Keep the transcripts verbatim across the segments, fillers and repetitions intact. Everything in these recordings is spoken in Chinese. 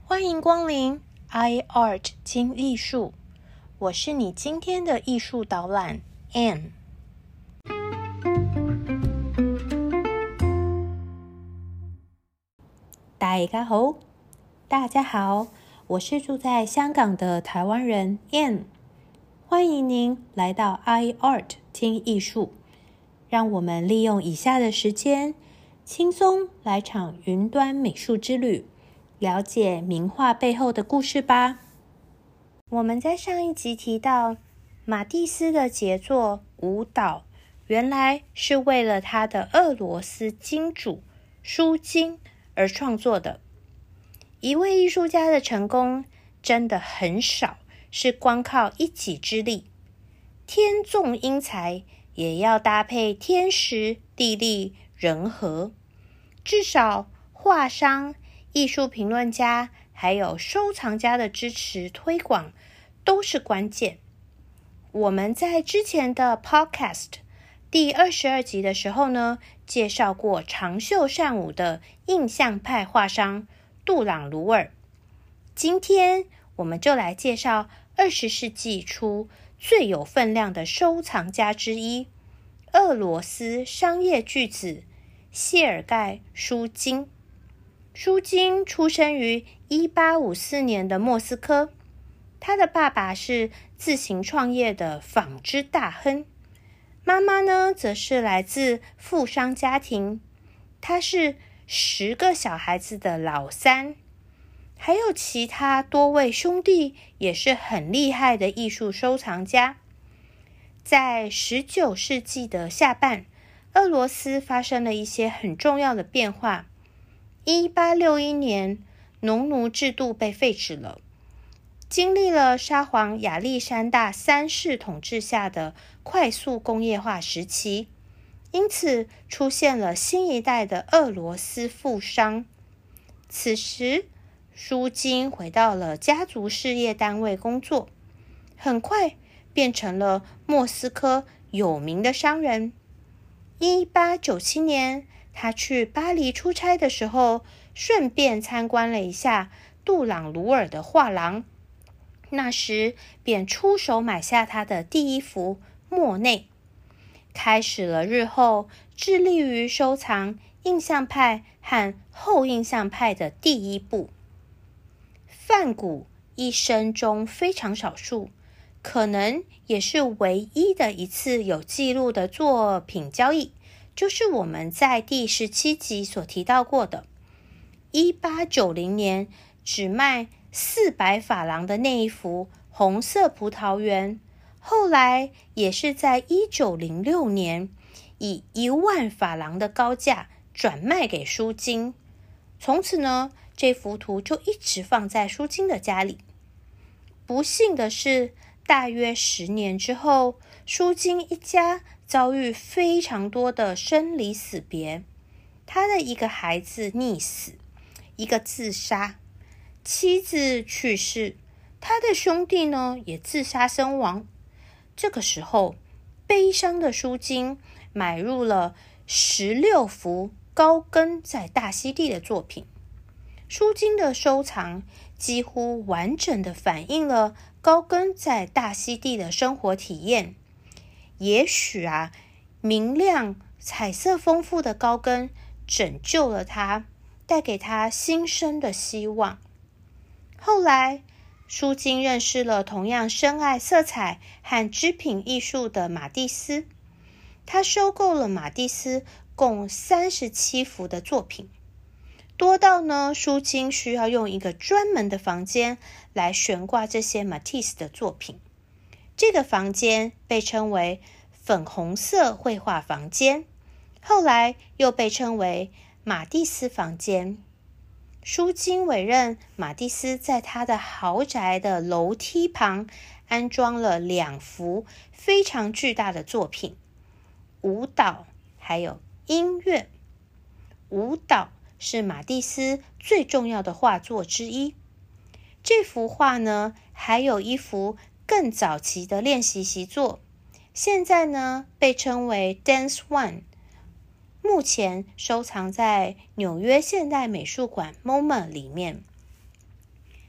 欢迎光临 iArt 轻艺术，我是你今天的艺术导览 Anne。大家好，大家好，我是住在香港的台湾人 Anne， 欢迎您来到 iArt 轻艺术，让我们利用以下的时间，轻松来场云端美术之旅。了解名画背后的故事吧。我们在上一集提到，马蒂斯的杰作《舞蹈》原来是为了他的俄罗斯金主舒金而创作的。一位艺术家的成功真的很少是光靠一己之力，天纵英才也要搭配天时地利人和，至少画商、艺术评论家还有收藏家的支持推广都是关键。我们在之前的 podcast 第二十二集的时候呢，介绍过长袖善舞的印象派画商杜朗鲁尔。今天我们就来介绍二十世纪初最有分量的收藏家之一，俄罗斯商业巨子谢尔盖·舒金。舒金出生于一八五四年的莫斯科，他的爸爸是自行创业的纺织大亨，妈妈呢则是来自富商家庭，他是十个小孩子的老三，还有其他多位兄弟也是很厉害的艺术收藏家。在十九世纪的下半，俄罗斯发生了一些很重要的变化。一八六一年，农奴制度被废止了。经历了沙皇亚历山大三世统治下的快速工业化时期，因此出现了新一代的俄罗斯富商。此时，舒金回到了家族事业单位工作，很快变成了莫斯科有名的商人。一八九七年，他去巴黎出差的时候，顺便参观了一下杜朗鲁尔的画廊，那时便出手买下他的第一幅莫内，开始了日后致力于收藏印象派和后印象派的第一步。梵谷一生中非常少数，可能也是唯一的一次有记录的作品交易，就是我们在第十七集所提到过的一八九零年只卖四百法郎的那一幅红色葡萄园，后来也是在一九零六年以一万法郎的高价转卖给舒金。从此呢，这幅图就一直放在舒金的家里。不幸的是，大约十年之后，舒金一家遭遇非常多的生离死别，他的一个孩子溺死，一个自杀，妻子去世，他的兄弟呢也自杀身亡。这个时候，悲伤的舒金买入了十六幅高更在大溪地的作品。舒金的收藏几乎完整的反映了高更在大溪地的生活体验。也许啊，明亮、彩色丰富的高更拯救了他，带给他新生的希望。后来，舒金认识了同样深爱色彩和织品艺术的马蒂斯，他收购了马蒂斯共三十七幅的作品，多到呢，舒金需要用一个专门的房间来悬挂这些马蒂斯的作品。这个房间被称为粉红色绘画房间，后来又被称为马蒂斯房间。舒金委任马蒂斯在他的豪宅的楼梯旁安装了两幅非常巨大的作品，舞蹈还有音乐。舞蹈是马蒂斯最重要的画作之一。这幅画呢，还有一幅更早期的练习习作，现在呢被称为 Dance One， 目前收藏在纽约现代美术馆 MoMA 里面。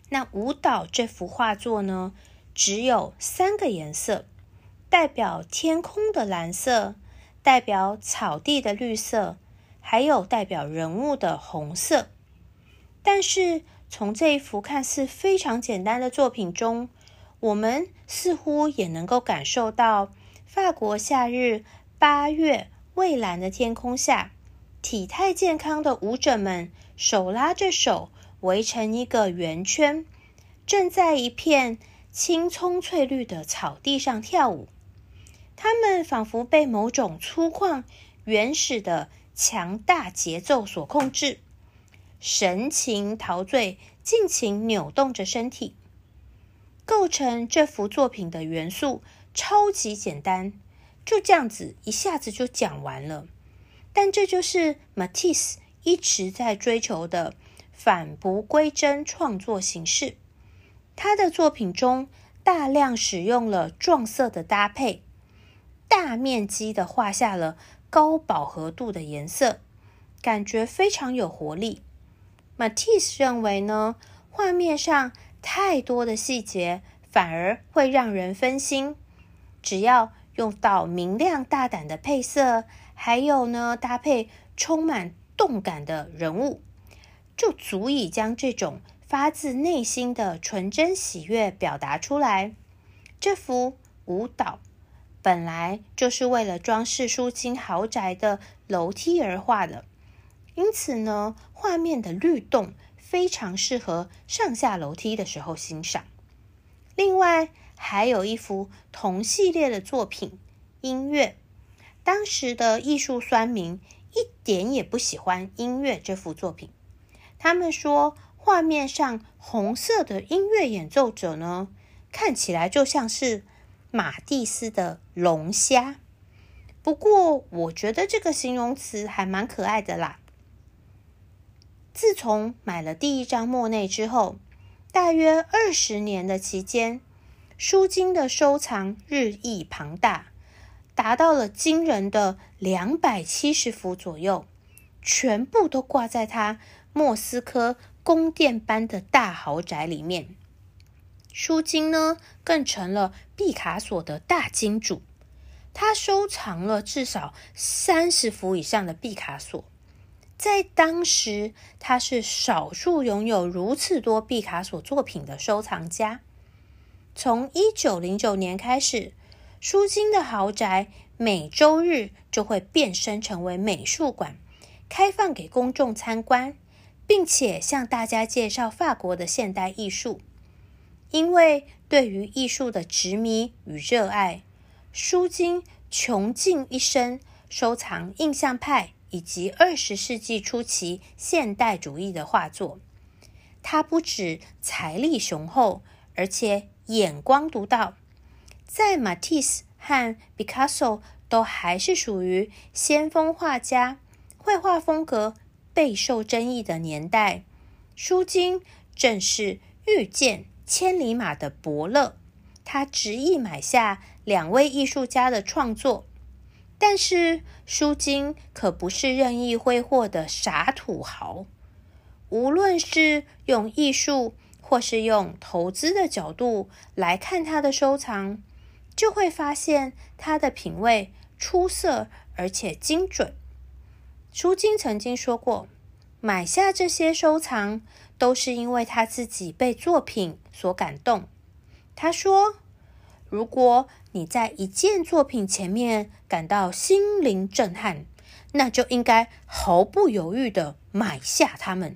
那舞蹈这幅画作呢，只有三个颜色，代表天空的蓝色，代表草地的绿色，还有代表人物的红色。但是从这一幅看似非常简单的作品中，我们似乎也能够感受到法国夏日八月蔚蓝的天空下，体态健康的舞者们手拉着手围成一个圆圈，正在一片青葱翠绿的草地上跳舞。他们仿佛被某种粗犷原始的强大节奏所控制，神情陶醉，尽情扭动着身体。构成这幅作品的元素超级简单，就这样子一下子就讲完了。但这就是 Matisse 一直在追求的返璞归真创作形式。他的作品中大量使用了撞色的搭配，大面积的画下了高饱和度的颜色，感觉非常有活力。Matisse 认为呢，画面上太多的细节反而会让人分心，只要用到明亮大胆的配色，还有呢搭配充满动感的人物，就足以将这种发自内心的纯真喜悦表达出来。这幅舞蹈本来就是为了装饰舒金豪宅的楼梯而画的，因此呢，画面的律动非常适合上下楼梯的时候欣赏。另外还有一幅同系列的作品《音乐》，当时的艺术酸民一点也不喜欢《音乐》这幅作品，他们说画面上红色的音乐演奏者呢，看起来就像是马蒂斯的龙虾。不过我觉得这个形容词还蛮可爱的啦。自从买了第一张莫内之后，大约二十年的期间，舒金的收藏日益庞大，达到了惊人的两百七十幅左右，全部都挂在他莫斯科宫殿般的大豪宅里面。舒金呢，更成了毕卡索的大金主，他收藏了至少三十幅以上的毕卡索。在当时，他是少数拥有如此多毕卡索作品的收藏家。从一九零九年开始，舒金的豪宅每周日就会变身成为美术馆，开放给公众参观，并且向大家介绍法国的现代艺术。因为对于艺术的执迷与热爱，舒金穷尽一生收藏印象派以及二十世纪初期现代主义的画作。他不止财力雄厚，而且眼光独到。在马蒂斯和毕卡索都还是属于先锋画家，绘画风格备受争议的年代，舒金正是遇见千里马的伯乐，他执意买下两位艺术家的创作。但是舒金可不是任意挥霍的傻土豪，无论是用艺术或是用投资的角度来看他的收藏，就会发现他的品味出色而且精准。舒金曾经说过，买下这些收藏都是因为他自己被作品所感动。他说，如果你在一件作品前面感到心灵震撼，那就应该毫不犹豫的买下它们。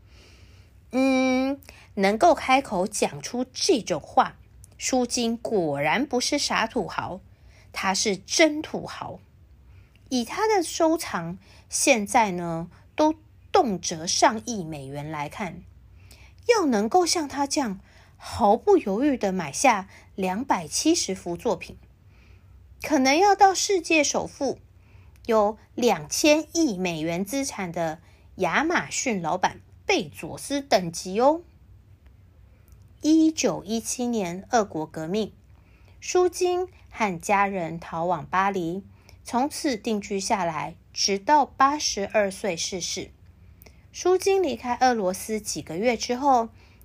嗯，能够开口讲出这种话，舒金果然不是傻土豪，他是真土豪。以他的收藏，现在呢都动辄上亿美元来看，要能够像他这样毫不犹豫的买下两百七十幅作品，可能要到世界首富，有两千亿美元资产的亚马逊老板贝佐斯等级哦。一九一七年俄国革命，舒金和家人逃往巴黎，从此定居下来，直到八十二岁逝世。舒金离开俄罗斯几个月之后，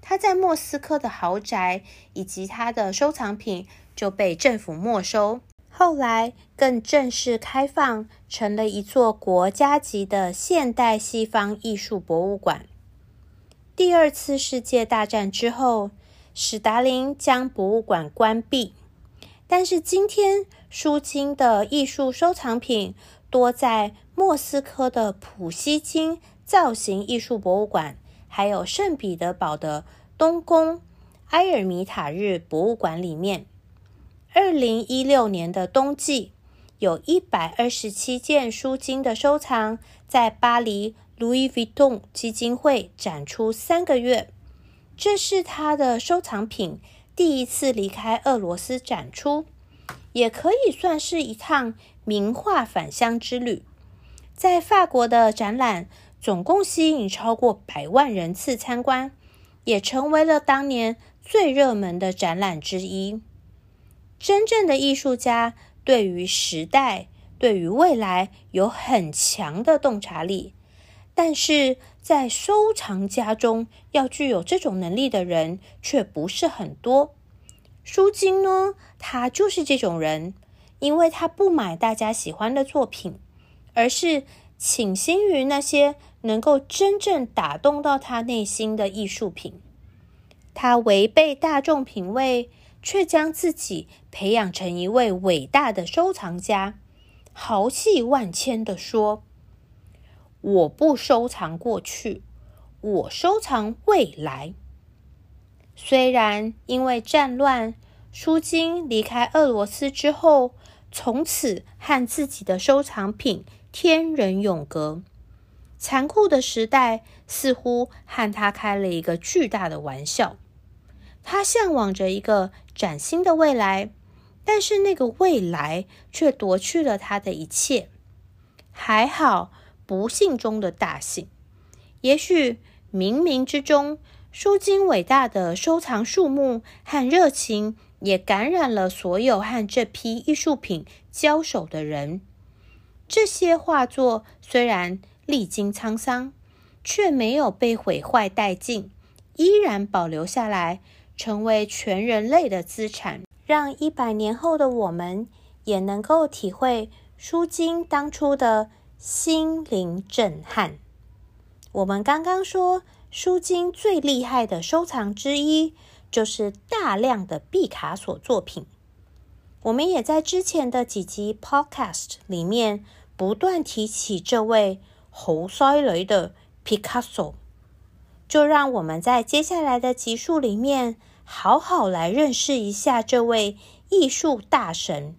他在莫斯科的豪宅以及他的收藏品就被政府没收，后来更正式开放，成了一座国家级的现代西方艺术博物馆。第二次世界大战之后，史达林将博物馆关闭，但是今天舒金的艺术收藏品多在莫斯科的普希金造型艺术博物馆，还有圣彼得堡的东宫埃尔米塔日博物馆里面。二零一六年的冬季，有一百二十七件舒金的收藏在巴黎 Louis Vuitton 基金会展出三个月，这是他的收藏品第一次离开俄罗斯展出，也可以算是一趟名画返乡之旅。在法国的展览总共吸引超过百万人次参观，也成为了当年最热门的展览之一。真正的艺术家对于时代、对于未来有很强的洞察力，但是在收藏家中要具有这种能力的人却不是很多。舒金呢，他就是这种人，因为他不买大家喜欢的作品，而是倾心于那些能够真正打动到他内心的艺术品。他违背大众品味，却将自己培养成一位伟大的收藏家，豪气万千地说：我不收藏过去，我收藏未来。虽然因为战乱，舒金离开俄罗斯之后，从此和自己的收藏品天人永隔，残酷的时代似乎和他开了一个巨大的玩笑。他向往着一个崭新的未来，但是那个未来却夺去了他的一切。还好，不幸中的大幸。也许冥冥之中，舒金伟大的收藏数目和热情也感染了所有和这批艺术品交手的人。这些画作虽然历经沧桑，却没有被毁坏殆尽，依然保留下来，成为全人类的资产，让一百年后的我们也能够体会舒金当初的心灵震撼。我们刚刚说，舒金最厉害的收藏之一就是大量的毕卡索作品。我们也在之前的几集 podcast 里面不断提起这位好犀利的 Picasso， 就让我们在接下来的集数里面好好来认识一下这位艺术大神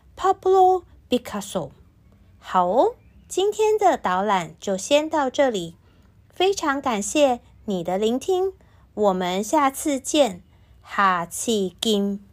Pablo Picasso。 好哦，今天的导览就先到这里，非常感谢你的聆听，我们下次见，下次见。